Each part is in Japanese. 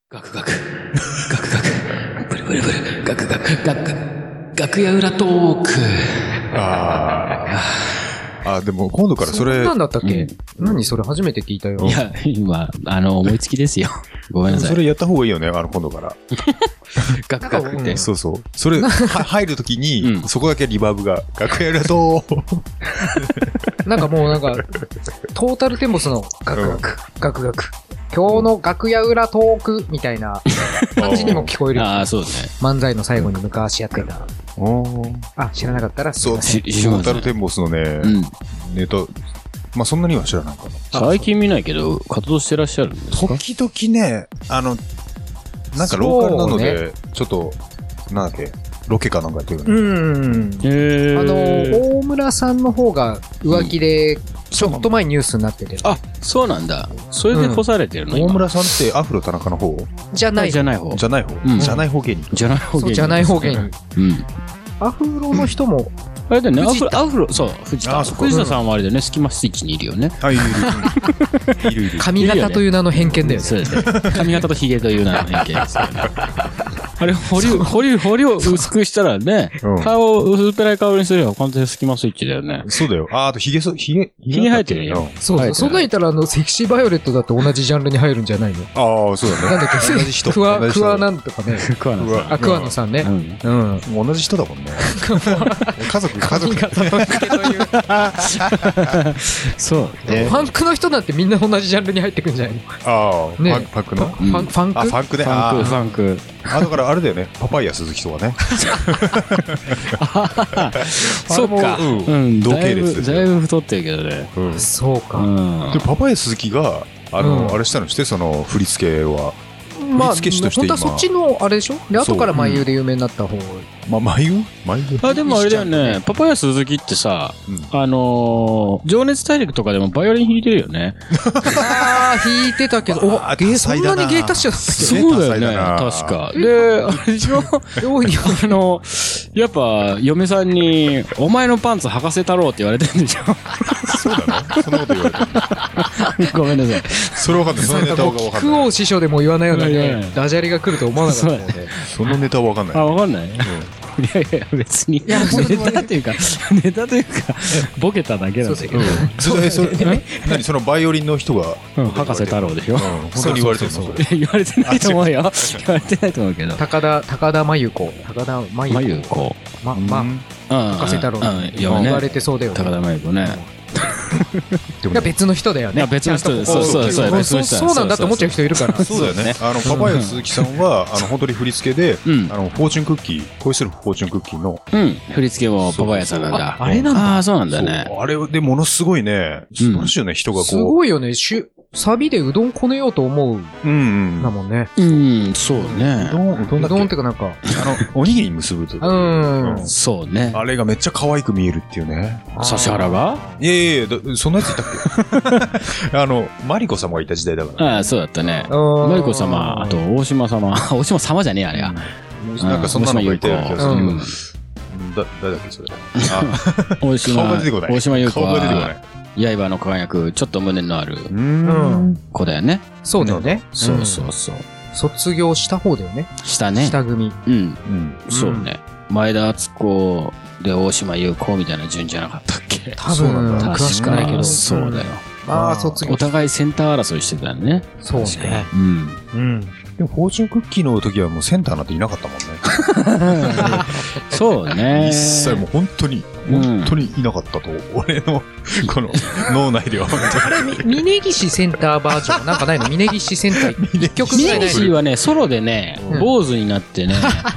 ガクガク、ガクガク、ブルブルブル、ガクガク、ガク、楽屋裏トーク。 でも今度からそれ。 そんなんだったっけ、何それ初めて聞いたよ。 いや、今、思いつきですよ。ごめんなさい。 それやった方がいいよね、今度から。 ガクガクって。 そうそう。それ、入るときに、そこだけリバーブが、楽屋裏トーク。 なんかもうなんか、トータルテンボスのガクガク、ガクガク。今日の楽屋裏トークみたいな感じにも聞こえる。 ああ、そうね。 漫才の最後に昔やってた。知らなかったらそう、トータルテンボスのね、ネタ、まあそんなには知らないかな。 最近見ないけど、活動してらっしゃるんですか？ 時々ね、なんかローカルなので、ちょっと、なんだっけ、ロケかなんかやってるね。大村さんの方が浮気で、ちょっと前ニュースになってて。 あ、そうなんだ。それで干されてるの？ 大村さんってアフロ田中の方？ じゃない方。 じゃない方。じゃない方芸人。 じゃない方芸人。 じゃない方芸人。アフロの人も、 あれだよね、アフロ、そう、藤田さんはあれだよね、スキマスイッチにいるよね。 あ、いる。 髪型という名の偏見だよね。 そうですね。髪型とヒゲという名の偏見ですよね。あれ、彫りを薄くしたらね、顔を薄っぺらい顔にすれば完全にスキマスイッチだよね。 そうだよ。あとヒゲ生えてるよ。 そう。そんな言ったらセクシーバイオレットだと同じジャンルに入るんじゃないの？ ああ、そうだね。 なんだっけ、 同じ人。 クワなんとかね。 クワノさんね。 同じ人だもんね。家族。 そう。 ファンクの人なんてみんな同じジャンルに入ってくんじゃないの？ ああ、ファンクの？ ファンク？ あ、ファンクね。 ファンク。 だからあれだよね。パパイヤ鈴木とかね。 そうか。 同系列です。 だいぶ太ってるけどね。 そうか。 で、パパイヤ鈴木が、あれしたのして、その振り付けは。 まあ、本当はそっちのあれでしょ？で、後から眉で有名になった方。 眉？ でもあれだよね。パパイヤ鈴木ってさ、情熱大陸とかでもバイオリン弾いてるよね。 弾いてたけど、そんなに芸達者だったっけ？ そうだよね。確か。で、あれでしょ？やっぱ、嫁さんに、お前のパンツ履かせたろうって言われてるんでしょ？ そうだね。そんなこと言われてる。 ごめんなさい。 それわかんない。そのネタがわかんない。 福王師匠でも言わないようなね、ダジャレが来ると思わなかったので。 そのネタはわかんない。 わかんない？いや、別に。ネタというか、ボケただけなんだけど。 何そのバイオリンの人が。 博士太郎でしょ？ 本当に言われてるの？ 言われてないと思うよ。言われてないと思うけど。 高田真由子。高田真由子。博士太郎。言われてそうだよね。 高田真由子ね。 いや別の人だよね。 別の人。そうなんだと思っちゃう人いるから。 そうだよね。パパイヤ鈴木さんは本当に振り付けでフォーチュンクッキー、恋するフォーチュンクッキーの振り付けもパパイヤさんなんだ。 あれなんだ。 ああ、そうなんだね。 あれでものすごいね、素晴らしいよね、人がこう。 すごいよね。サビでうどんこねようと思う。だもんね。 そうね。 うどんってかなんか。 おにぎりに結ぶと。 そうね。 あれがめっちゃ可愛く見えるっていうね。 指原が？ いや、そんなやついたっけ？マリコ様がいた時代だから。 ああ、そうだったね。マリコ様、あと大島様。大島様じゃねえ、あれや。 なんかそんなのがいたような気がする。誰だっけ、それ。 大島優子は。 顔が出てこない。 刃の輝く、ちょっと胸のある子だよね。 そうだよね。 そう。 卒業した方だよね。 したね。 下組。 そうね。前田敦子で大島優子みたいな順じゃなかったっけ？ 多分、詳しくないけど。 そうだよ。 卒業。 お互いセンター争いしてたよね。 そうね。 でも、フォーチュンクッキーの時はもうセンターなんていなかったもんね。 そうね。 一切もう本当にいなかったと、俺の、この脳内では。 あれ、峯岸センターバージョンなんかないの？峯岸センター一曲ぐらいないの？ 峯岸はね、ソロでね、坊主になってね、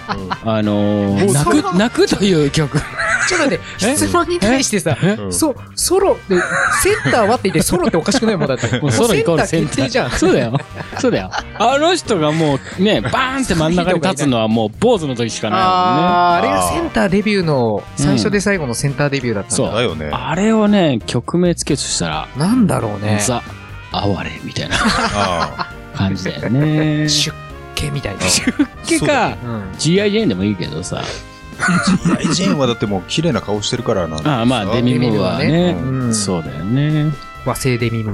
泣くという曲。 ちょっと待って、質問に対してさ、ソロで、センターはって言ってソロっておかしくないもんだって。 ソロイコールセンターじゃん。 そうだよ。あの人がもうね、バーンって真ん中に立つのはもう坊主の時しかないもんね。 あれがセンターデビューの、最初で最後のセンターデビューだったんだ。 そうだよね。 あれをね、曲名つけとしたら、 なんだろうね。 ザ・哀れみたいな感じだよね。 出家みたいな。 出家か、G.I. ジェーンでもいいけどさ。 G.I. ジェーンはだってもう綺麗な顔してるからなんだ。 まあデミムーはね。そうだよね。 和製デミムーは。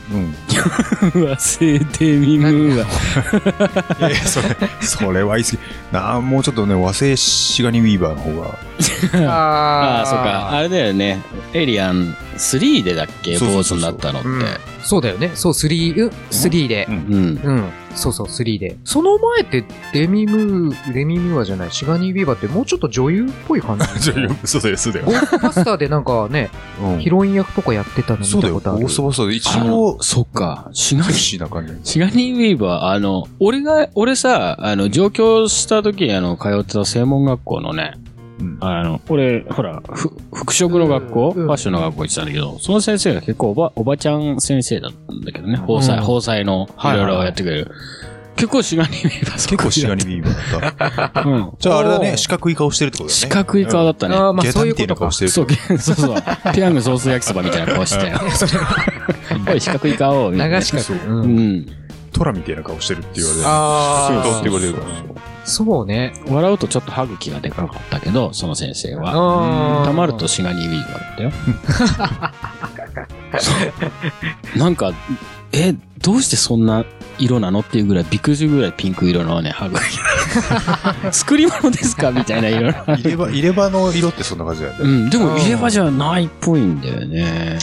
和製デミムーア。 いやいや、それは言い過ぎ。もうちょっとね、和製シガニー・ウィーバーの方が。 ああ、そうか。あれだよね。エイリアン3でだっけ、坊主になったのって。 そうだよね。そう、3で。そう、3で。その前ってデミムーアじゃない、シガニー・ウィーバーってもうちょっと女優っぽい感じ。 女優、そうだよ。 ゴーストバスターでなんかね、ヒロイン役とかやってたの見たことある。 ゴーストバスターで一応、 そっか。シガニーな感じ。 シガニー・ウィーバー、俺さ、上京した時に通ってた専門学校のね、俺、ほら、服飾の学校、ファッションの学校行ってたんだけど、その先生が結構おばちゃん先生だったんだけどね、縫製のいろいろやってくれる。結構シガニー・ウィーバー。 結構シガニー・ウィーバーだった。じゃああれだね、四角い顔してるってことだね。 四角い顔だったね。 ゲタみたいな顔してる。 そう。ペヤングソース焼きそばみたいな顔してたよ。おい、四角い顔。 長四角。 トラみたいな顔してるって言われる。 そうって言われるから。 そうね。 笑うとちょっと歯茎がでかかったけど、その先生は。たまるとシガニー・ウィーバーだったよ。なんか、どうしてそんな色なのっていうぐらい、びっくりするぐらいピンク色のね、歯茎。作り物ですかみたいな色。 入れ歯の色ってそんな感じだよね。 でも入れ歯じゃないっぽいんだよね。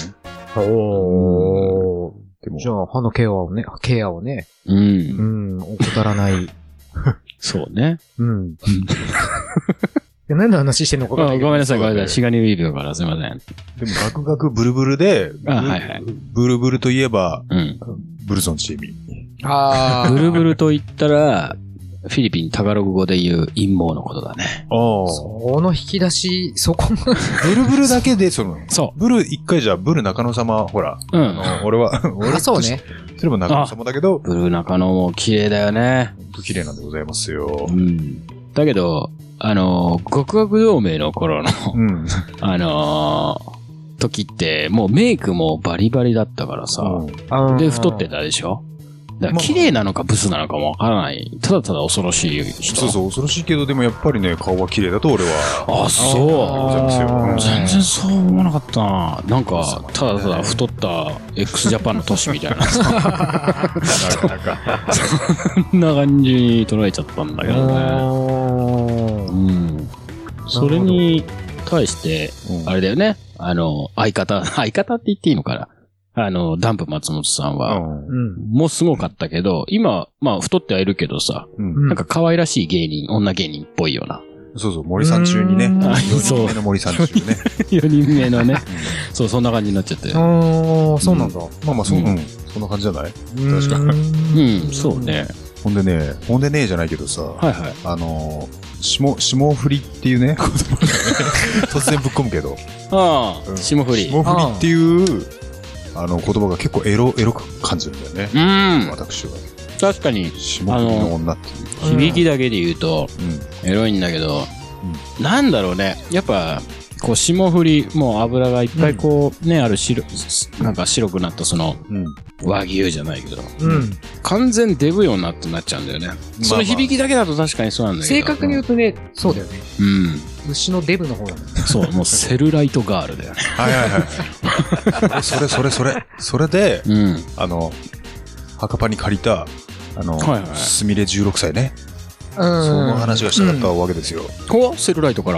じゃあ、歯のケアをね。怠らない。 そうね。 何の話してんのかごめんなさい。シガニー・ウィーバーからすいません。 でも、ガクガクブルブルで、ブルブルといえば、ブルゾンチーミー。ブルブルと言ったら、フィリピンタガログ語で言う陰謀のことだね。 その引き出し、そこが。 ブルブルだけで、そう。ブル一回じゃ、ブル中野様、ほら。俺そうね。 それも中野様だけど。 ブル中野も綺麗だよね。 ほんと綺麗なんでございますよ。 だけど、極悪同盟の頃の、時って、もうメイクもバリバリだったからさ。で、太ってたでしょ？綺麗なのかブスなのかもわからない。ただただ恐ろしい人。 そう、恐ろしいけど、でもやっぱりね、顔は綺麗だと俺は。 そう。全然そう思わなかったな。なんか、ただただ太った x ジャパンの都市みたいな。そんな感じに捉えちゃったんだけどね。それに対して、あれだよね。相方って言っていいのかな。ダンプ松本さんは、もうすごかったけど、今、まあ、太ってはいるけどさ、なんか可愛らしい女芸人っぽいような。 そう、森さん中にね。4人目の森さん中ね。 4人目のね。そう、そんな感じになっちゃって。 そうなんだ。 まあ、そんな感じじゃない確か。 そうね。 ほんでねじゃないけどさ、霜降りっていうね、言葉がね、突然ぶっ込むけど。 霜降り。 霜降りっていう、言葉が結構エロく感じるんだよね。私は。 確かに。 霜降りの女っていう。 響きだけで言うと、エロいんだけど、なんだろうね。やっぱ、こう、霜降り、もう油がいっぱいこう、あるなんか白くなったその、和牛じゃないけど、完全デブようになっちゃうんだよね。その響きだけだと確かにそうなんだけど。 正確に言うとね、そうだよね。牛のデブの方だね。 そう、もうセルライトガールだよね。 それで、墓場に借りた、すみれ16歳ね。その話がしたかったわけですよ。 セルライトから。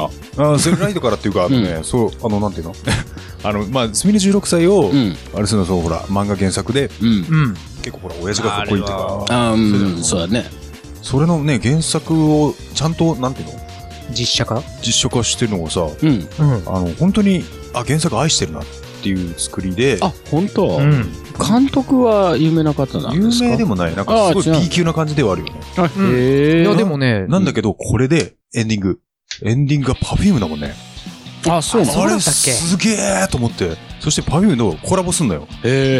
セルライトからっていうか、そう、なんていうのまあ、すみれ16歳を、あれするの、そう、ほら、漫画原作で、結構ほら、親父がかっこいいっていうか。 そうだね。 それのね、原作を、ちゃんと、なんていうの実写化してるのがさ、本当に、原作愛してるなっていう作りで。 本当。監督は有名な方なんですか？ 有名でもない。なんかすごい B 級な感じではあるよね。いや、でもね。 なんだけど、これでエンディングが Perfume だもんね。 そうなの？ あれすげーと思って。そして Perfume のコラボすんだよ。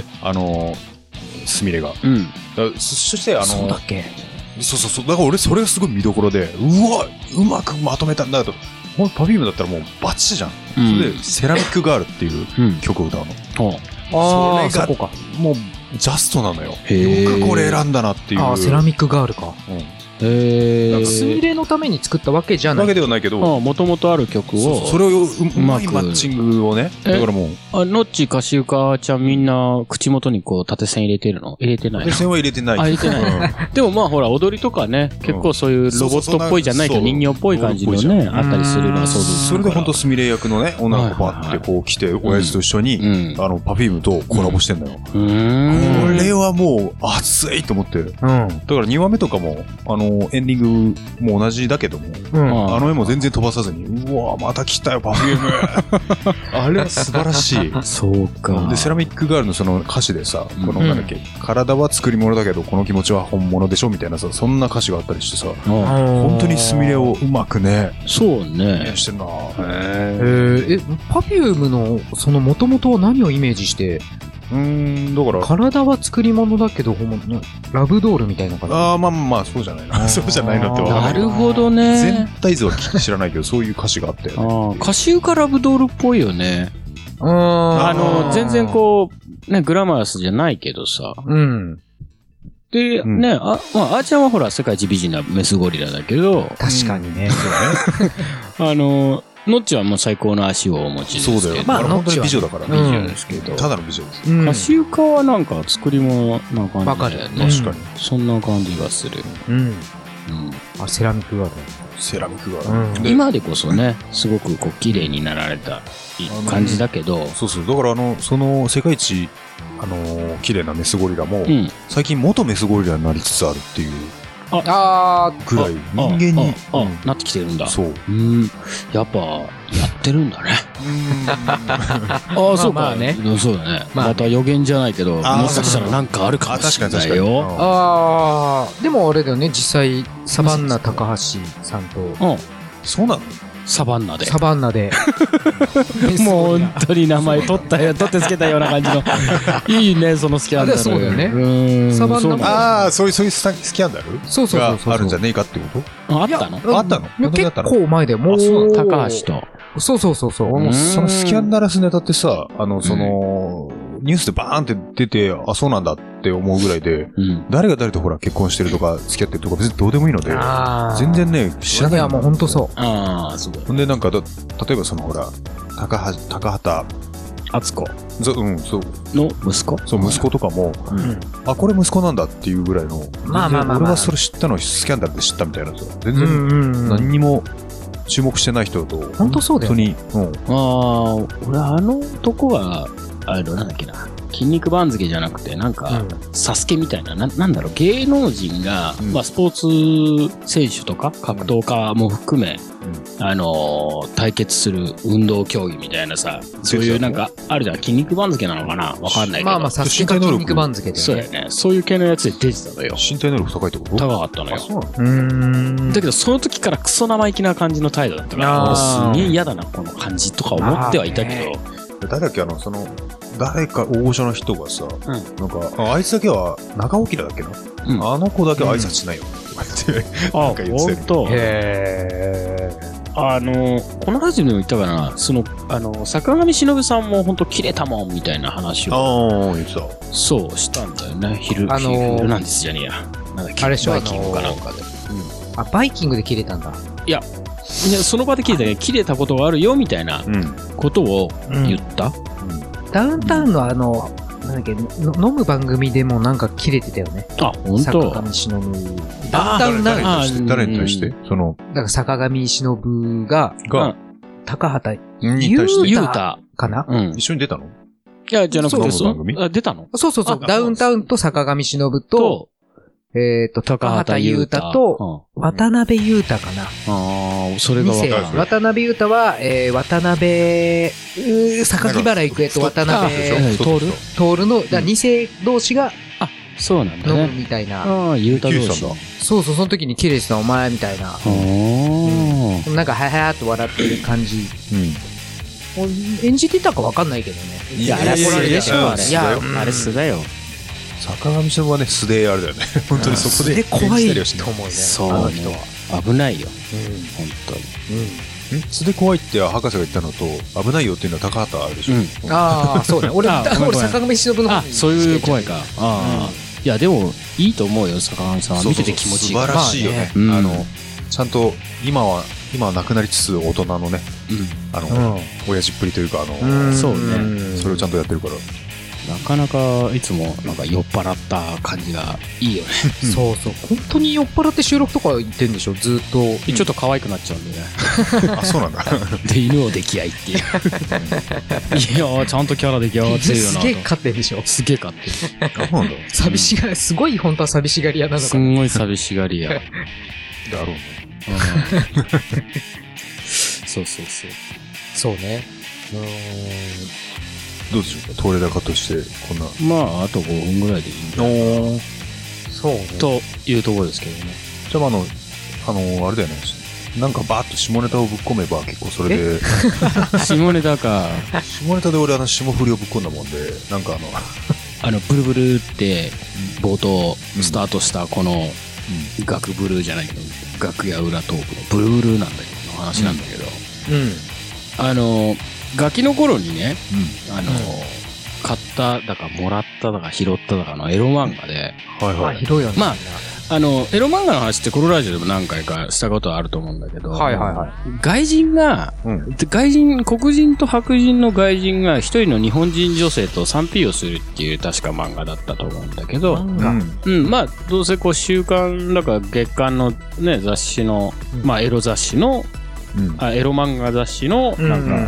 すみれが。そして、 そうだっけ？ そう。だから俺、それがすごい見どころで、うわ、うまくまとめたんだと。Perfume だったらもうバッチリじゃん。それで、セラミックガールっていう曲を歌うの。それが、もう、ジャストなのよ。よくこれ選んだなっていう。 セラミックガールか。 すみれのために作ったわけじゃない。 わけではないけど。 もともとある曲を。 それをうまいマッチングをね。だからもう。 ノッチ、カシウカちゃんみんな口元にこう縦線入れてるの？入れてないの？ 縦線は入れてない。 入れてない。でもまあほら、踊りとかね、結構そういうロボットっぽいじゃないけど人形っぽい感じのね、あったりするのはそうです。 それでほんとすみれ役のね、女の子バってこう来て、親父と一緒に、パフュームとコラボしてんだよ。これはもう熱いと思って。だから2話目とかも、エンディングも同じだけども、あの絵も全然飛ばさずに、うわまた来たよ、パフュームあれは素晴らしい。 そうか。 で、セラミックガールのその歌詞でさ、このなんだっけ、体は作り物だけど、この気持ちは本物でしょみたいなさ、そんな歌詞があったりしてさ、本当にすみれをうまくね、 そうね。 してるな。 パフュームの、その元々は何をイメージして、 だから。 体は作り物だけど、ラブドールみたいな感じ。 ああ、まあ、そうじゃないな。そうじゃないのってなるほどね。 全体像は知らないけど、そういう歌詞があったよね。 歌詞かラブドールっぽいよね。全然こう、ね、グラマラスじゃないけどさ。で、ね、あーちゃんはほら、世界一美人なメスゴリラだけど。 確かにね。 ノッチはもう最高の足をお持ちですけど。 そうだよ。まあ、本当に美女だから。 美女ですけど。 ただの美女です。 カシウカはなんか作り物な感じばかりだよね。 確かに。 そんな感じがする。 セラミックガール。 セラミックガール。今でこそね、すごくこう綺麗になられた感じだけど。 そうそう。だからその世界一、綺麗なメスゴリラも、最近元メスゴリラになりつつあるっていう。ぐらい人間になってきてるんだ。 そう。 やっぱやってるんだね。そうかね。そうだね。また予言じゃないけど、もしかしたらなんかあるかもしれないよ。 でもあれだよね、実際サバンナ高橋さんと。 そうなの？ サバンナで。 サバンナで。 もう本当に名前取ってつけたような感じの。いいね、そのスキャンダル。 そうだよね。サバンナも。 ああ、そういうスキャンダルがあるんじゃねえかってこと？あったの？ あったの？ 結構前でもう。 高橋と。 そう。 そのスキャンダラスネタってさ、ニュースでバーンって出て、あ、そうなんだって思うぐらいで、誰が誰とほら結婚してるとか付き合ってるとか別にどうでもいいので、全然ね、知らない。 いや、もうほんとそう。 ほんでなんか、例えばそのほら、高畑敦子。 そう。 の息子？ そう、息子とかも、あ、これ息子なんだっていうぐらいの、俺はそれ知ったのスキャンダルで知ったみたいなさ、全然何にも注目してない人と、 本当そうだよね。 俺男は、なんだっけな、筋肉番付じゃなくて、なんか、サスケみたいな、なんだろう、芸能人が、スポーツ選手とか、格闘家も含め、対決する運動競技みたいなさ、そういうなんか、あるじゃん、筋肉番付なのかなわかんないけど。 サスケか筋肉番付で。 そうやね。そういう系のやつで出てたのよ。 身体能力高いってこと？ 高かったのよ。だけど、その時からクソ生意気な感じの態度だったから、すげえ嫌だな、この感じとか思ってはいたけど。 誰だっけ、誰か大御所の人がさ、なんか、あいつだけは長尾明だっけな、あの子だけは挨拶しないよとか言って、なんか言ってたよ。 このラジオでも言ったかな、坂上忍さんも本当切れたもんみたいな話を。 言ってた。 そう、したんだよね。昼なんですじゃねえや。なんだっけ、バイキングかなんかで。 バイキングで切れたんだ。 いや、その場で切れたけど、切れたことがあるよみたいなことを言った。 ダウンタウンのなんだっけ、飲む番組でもなんか切れてたよね。 あ、本当。 坂上忍。ダウンタウン誰に対して？だから坂上忍が、高畑優太かな？ 一緒に出たの？ いや、じゃなくて、出たの？ そう。ダウンタウンと坂上忍と、高畑優太と、渡辺優太かな。 それが分かる。 渡辺優太は、榊原郁恵と渡辺徹の、二世同士が、 そうなんだね。 みたいな。 優太同士。 そう、その時にキレてたお前みたいな。なんか、はやって笑ってる感じ。演じてたか分かんないけどね。 いや、あれ素でしょ、あれ。いや、あれ素だよ。 坂上忍はね、素であれだよね。本当にそこで怖いと思うね。 そう、あの人は。危ないよ。本当に。 素で怖いって博士が言ったのと、危ないよっていうのは高畑あるでしょ。 そうね。俺、坂上忍の方に。 そういう怖いか。 いや、でも、いいと思うよ、坂上さんは。見てて気持ちいい。 素晴らしいよね。ちゃんと、今は亡くなりつつ大人のね、親父っぷりというか、 そうね。 それをちゃんとやってるから。 なかなかいつもなんか酔っ払った感じがいいよね。 そうそう。本当に酔っ払って収録とか行ってんでしょ、ずっと。 ちょっと可愛くなっちゃうんでね。 あ、そうなんだ。 で、犬を溺愛っていう。いやー、ちゃんとキャラ出来上がってるよな。 すげえ飼ってんでしょ。 すげえ飼ってる。 そうなんだ。 寂しがり、すごい本当は寂しがり屋なのかな。 すんごい寂しがり屋。 だろうね。 そうそうそう。 そうね。 どうでしょうか、取れ高として、こんな。 まあ、あと5分ぐらいでいいんじゃないかそうね。 というところですけどね。 じゃあ、あれだよね。なんかバーッと下ネタをぶっ込めば結構それで。 下ネタか。 下ネタで俺霜降りをぶっ込んだもんで、なんかブルブルって冒頭スタートしたこの、楽ブルーじゃないけど、楽屋裏トークのブルブルなんだけど、の話なんだけど、ガキの頃にね、買っただかもらっただか拾っただかのエロ漫画で、 広いよね。 まあ、エロ漫画の話ってこのラジオでも何回かしたことはあると思うんだけど、外人が、黒人と白人の外人が一人の日本人女性と 3P をするっていう確か漫画だったと思うんだけど、まあ、どうせこう週刊だか月刊のね、雑誌の、まあエロ雑誌の、エロ漫画雑誌のなんか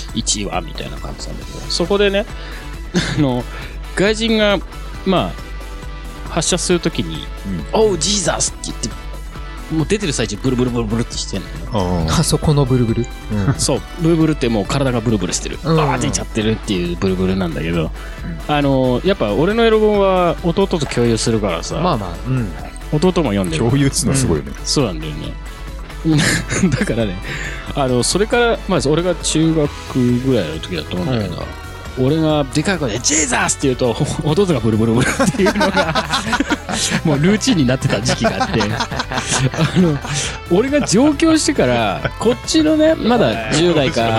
1話みたいな感じなんだけど、そこでね、外人がまあ発射するときに「おうジーザス!」って言ってもう出てる最中ブルブルブルブルってしてんのよ。 あそこのブルブル。 そうブルブルってもう体がブルブルしてる、バー出ちゃってるっていうブルブルなんだけど、やっぱ俺のエロ本は弟と共有するからさ、弟も読んでる。 共有っつうのはすごいよね。 そうなんだよね。だからね、それから、まあ、俺が中学ぐらいの時だと思うんだけど、俺がでかい声で、ジーザスって言うと、弟がブルブルブルっていうのが、もうルーチンになってた時期があって、俺が上京してから、こっちのね、まだ10代か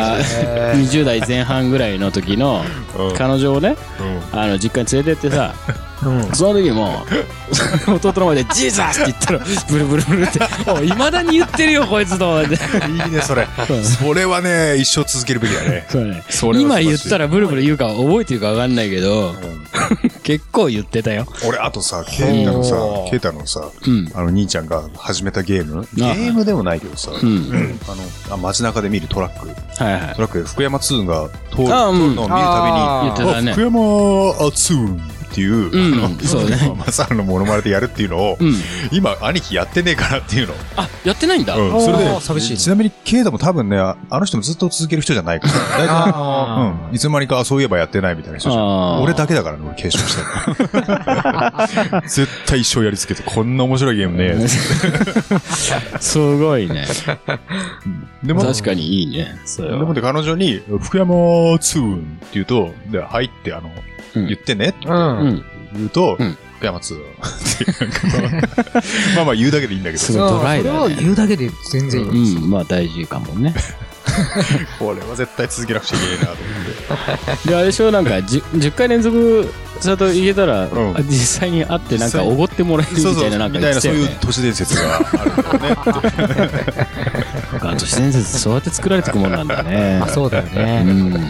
20代前半ぐらいの時の彼女をね、実家に連れてってさ、その時も弟の前でジーザスって言ったらブルブルブルっていまだに言ってるよこいつと。いいねそれ。それはね一生続けるべきだね。 そうね。今言ったらブルブル言うか覚えてるか分かんないけど、結構言ってたよ。 俺あとさケイタのさ兄ちゃんが始めたゲームでもないけどさ、街中で見るトラックで福山ツーンが通るのを見るたびに福山ツーンっていう、マサルのモノマネでやるっていうのを、今兄貴やってねえからっていうの。 あ、やってないんだ。 それで寂しい。ちなみにケイタも多分ね、あの人もずっと続ける人じゃないから、大体いつの間にかそういえばやってないみたいな人じゃん。俺だけだからね、俺継承したから。絶対一生やりつけてこんな面白いゲームね。 すごいね。でも確かにいいね。 でもで彼女に福山ツーンって言うと、で入って言ってねって言うと、福山ツーンまあまあ言うだけでいいんだけど。 すごいドライだね。 それは言うだけで全然いいです。 まあ大事かもね。 これは絶対続けなくちゃいけないなと思って。 で、あれでしょ、なんか10回連続ちゃんと言えたら、実際に会ってなんかおごってもらえるみたいななんか言ってたよね。 そういう都市伝説があるんだよね。 都市伝説そうやって作られていくもんなんだね。 そうだよね。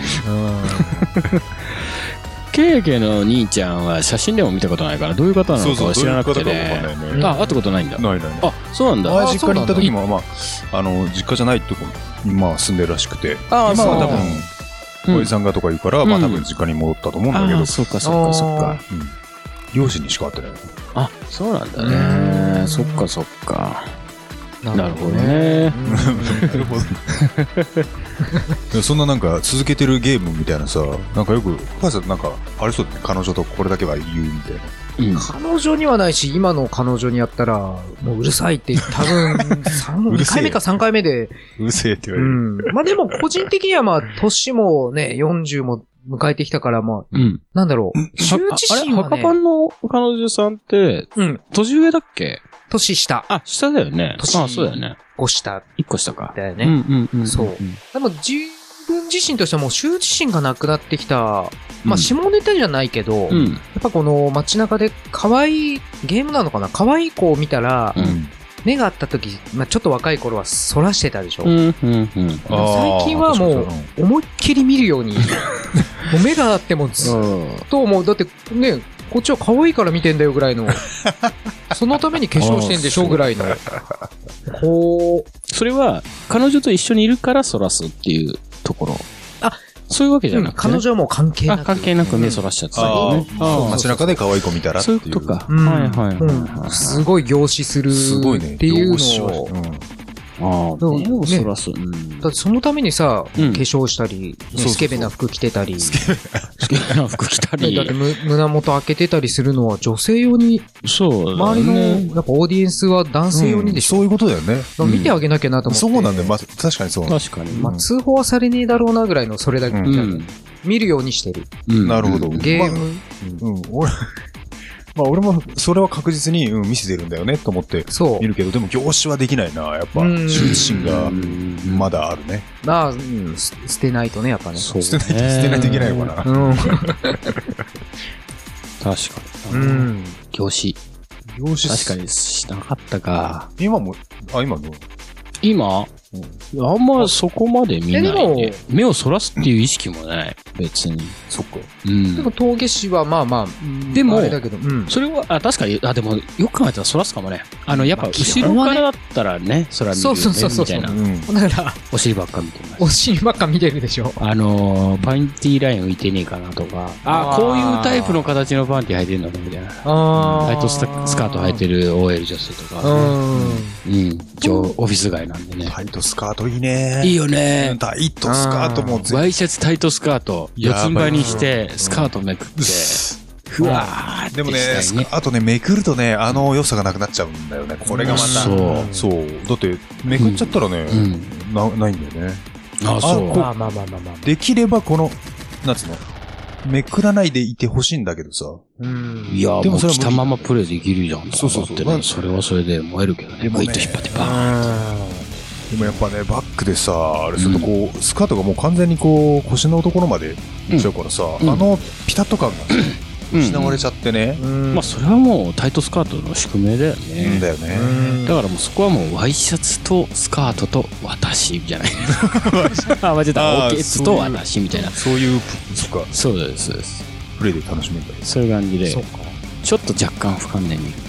ケイケの兄ちゃんは写真でも見たことないからどういう方なのかは知らなくてね。あ、会ったことないんだ。 ない。 あ、そうなんだ。 前実家に行った時もまあ実家じゃないとこにまあ住んでるらしくて、今は多分おじさんがとか言うからまあ多分実家に戻ったと思うんだけど。 そっかそっかそっか。 両親にしか会ってない。 あ、そうなんだね。そっかそっか。なるほどね。 なるほど。そんななんか続けてるゲームみたいなさ、なんかよく母さんなんかあれそうだね、彼女とこれだけは言うみたいな。 彼女にはないし、今の彼女にやったらもううるさいって多分2回目か3回目でうるせえって言われる。 まあでも個人的にはまあ年もね40も迎えてきたからまあなんだろう。羞恥心はね。 ハカパンの彼女さんって年上だっけ？ 年下。 あ、下だよね。そうだよね。 1個下。 1個下か。 だよね。そう。でも自分自身としてはもう羞恥心がなくなってきた、まあ下ネタじゃないけど、やっぱこの街中で可愛い、ゲームなのかな、可愛い子を見たら、目が合った時、まあちょっと若い頃は反らしてたでしょ。最近はもう思いっきり見るように、もう目が合ってもずっともう、だってね、こっちは可愛いから見てんだよぐらいの、そのために化粧してんでしょぐらいの。こう。 それは、彼女と一緒にいるから反らすっていうところ。あ、そういうわけじゃなくて、 彼女はもう関係なく。 関係なく目反らしちゃってたよね。 街中で可愛い子見たらっていう。 そういうことか。はい。 すごい凝視するっていうのを。 ああ、目を反らす。 だってそのためにさ、化粧したり、スケベな服着てたり。 スケベな服着たり。 だって胸元開けてたりするのは女性用に、 そう。 周りの、やっぱオーディエンスは男性用にでしょ。 そういうことだよね。 見てあげなきゃなと思って。 そうなんだよ。まあ、確かにそう。 確かに。 まあ、通報はされねえだろうなぐらいのそれだけ見るようにしてる。 なるほど。 ゲーム。 まあ俺もそれは確実に見せてるんだよねと思って見るけど、でも凝視はできないな、やっぱ羞恥心がまだあるね。 まあ、捨てないとね、やっぱね。 捨てないといけないのかな。 確かに。凝視。確かにしなかったか。 今あんまそこまで見ないで。目をそらすっていう意識もない。別に。 そっか。 でも峠師はまあまあ、 でも、 あれだけど、 それは、確かに、でも、よく考えたらそらすかもね。やっぱ、後ろからだったらね、そら見るよね、みたいな。だから、お尻ばっか見てます。 お尻ばっか見てるでしょ。 パンティーライン浮いてねえかなとか、こういうタイプの形のパンティー履いてるのかみたいな。タイトスカート履いてる OL 女性とか。オフィス街なんでね。 タイトスカートいいね。 いいよね。 タイトスカートもワイシャツタイトスカート、四つん這いにして、スカートめくって、ふわーって。 でもね、あとね、めくるとね、良さがなくなっちゃうんだよね。これがまた。そう。だって、めくっちゃったらね、ないんだよね。 そう。 まあ。 できればこの、なんつうの、めくらないでいてほしいんだけどさ。 いや、でもそれ着たままプレイできるじゃん。そう。それはそれで燃えるけどね。グイッと引っ張ってバーン。 でもやっぱね、バックでさ、あれするとこう、スカートがもう完全にこう、腰のところまでいっちゃうからさ、ピタッと感が失われちゃってね。 まあそれはもうタイトスカートの宿命だよね。 だよね。 だからもうそこはもうワイシャツとスカートと私じゃない。間違えた。オーケーツと私みたいな。 そういう、そっか。 そうです。 プレイで楽しめるんだけど。 そういう感じで、ちょっと若干不完全に。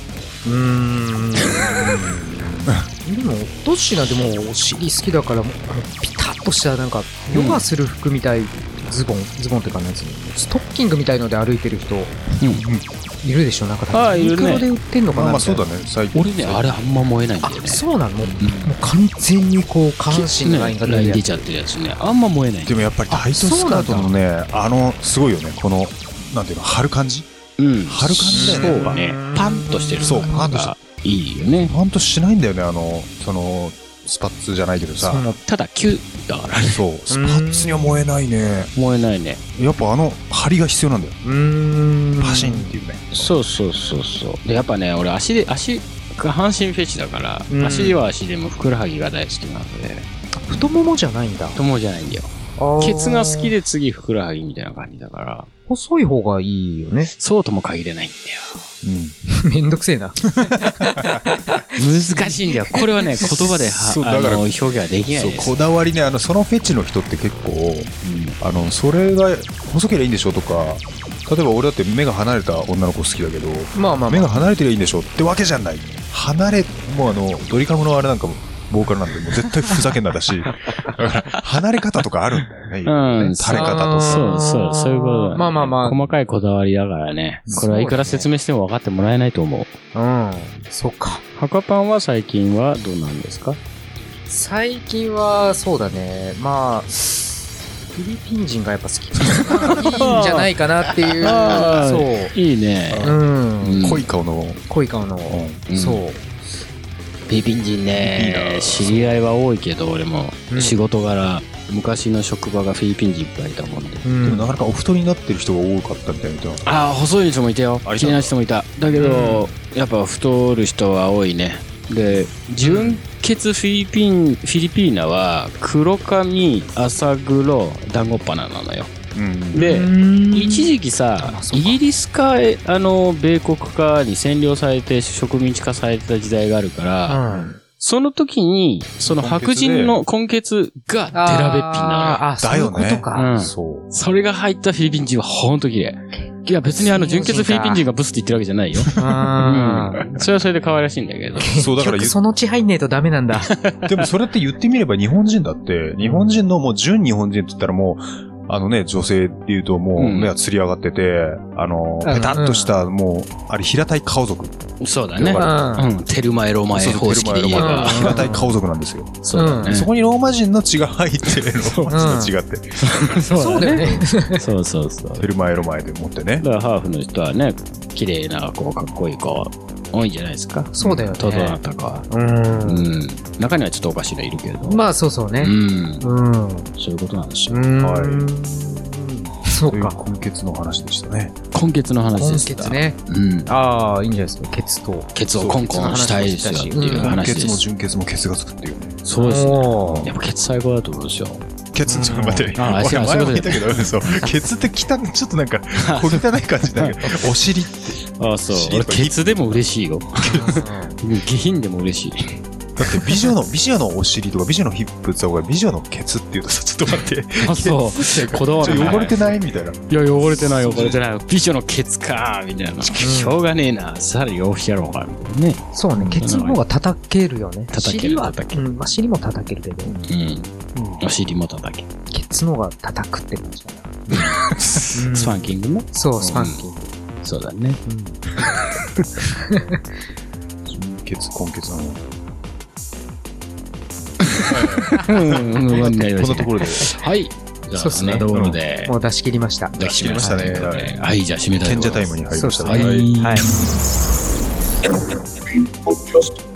でも、どっしなんてもうお尻好きだから、ピタッとしたなんか、ヨガする服みたい、ズボンってかなんつうの、ストッキングみたいので歩いてる人、いるでしょ、なんかいるね。 ユニクロで売ってんのかな。 まあそうだね、最近。 俺ね、あれあんま燃えないんだよね。 そうなの？もう完全にこう、下半身のラインが出ちゃってるやつね。あんま燃えない。 でもやっぱりタイトスカートのね、すごいよね、この、なんていうの、張る感じ？張る感じだよね。 そうね。パンとしてる。そう、パンとしてる。いいよね。 パンとしないんだよね、スパッツじゃないけどさ。 ただ、キュッだからね。 そう。スパッツには燃えないね。 燃えないね。 やっぱ張りが必要なんだよ。パシンっていうね。 そう。で、やっぱね、俺下半身フェチだから、足は足でもふくらはぎが大好きなので。 太ももじゃないんだ。 太ももじゃないんだよ。ケツが好きで次ふくらはぎみたいな感じだから。 細い方がいいよね。 そうとも限れないんだよ。 めんどくせえな。 難しいんだよ。これはね、言葉で表現はできないです。 こだわりね、そのフェチの人って結構、それが細ければいいんでしょとか、例えば俺だって目が離れた女の子好きだけど、目が離れてりゃいいんでしょってわけじゃない。もうドリカムのあれなんかも、ボーカルなんで、もう絶対ふざけんなだし、離れ方とかあるんだよね。垂れ方とか。 そういうことだ。まあ。細かいこだわりだからね。これはいくら説明しても分かってもらえないと思う。 そっか。 ハカパンは最近はどうなんですか？ 最近は、そうだね。まあ、フィリピン人がやっぱ好き。いいんじゃないかなっていう。そう。 いいね。 濃い顔の。 そう。 フィリピン人ね、知り合いは多いけど、俺も仕事柄、昔の職場がフィリピン人いっぱいいたもんで。 でもなかなかお太りになってる人が多かったみたいな。 細い人もいたよ。気になる人もいた。だけど、やっぱ太る人は多いね。で、純血血フィリピーナは黒髪、朝黒、団子っ鼻なのよ。で一時期さイギリスか米国かに占領されて植民地化されてた時代があるから、その時にその白人の根血がデラベッピンなの。 だよね。 それが入ったフィリピン人はほんと綺麗。いや別に純血フィリピン人がブスって言ってるわけじゃないよ。それはそれで可愛らしいんだけど。 そうだからその血入んねえとダメなんだ。 でもそれって言ってみれば日本人だって、日本人のもう純日本人って言ったらもう女性で言うともう目はつり上がってて、ペタッとした、もう、あれ平たい顔族。 そうだね。テルマエロマエ方式で言えば。 平たい顔族なんですよ。 そうだね。 そこにローマ人の血が入って、ローマ人の血があって。 そうだよね。そうそう。 テルマエロマエで持ってね。 だからハーフの人はね、綺麗な子、かっこいい子。多いんじゃないですか。 そうだよね。 整ったか。中にはちょっとおかしいのいるけど。 まあそうね。 そういうことなんですよ。 はい。そうか。 根血の話でしたね。 根血の話でした。 根血ね。ああ、いいんじゃないですか。血をコンコンしたいですよっていう話です。 根血も純血も血がつくっていうね。 そうですね。やっぱ血最高だと思うんですよ。 血ちょっと待って。前も言ったけど、そう。ケツってちょっとなんか、小汚い感じだけど、お尻って。 ああ、そう。俺、ケツでも嬉しいよ。下品でも嬉しい。 だって美女のお尻とか美女のヒップって言った方が美女のケツって言うとさ、ちょっと待って。 あ、そう。こだわる。 汚れてないみたいな。 いや、汚れてない。美女のケツかみたいな。しょうがねえな。さらに洋服やろうか。ね。 そうね。ケツの方が叩けるよね。 叩ける。 尻も叩けるけど。 お尻も叩ける。 ケツの方が叩くって感じだな。スパンキングね。 そう、スパンキング。 そうだね。 根血なの。 こんなところで。 はい。そうですね。ところで。 もう出し切りました。 出し切りましたね。 はい、じゃあ締めたいと思います。 賢者タイムに入りました。 はい。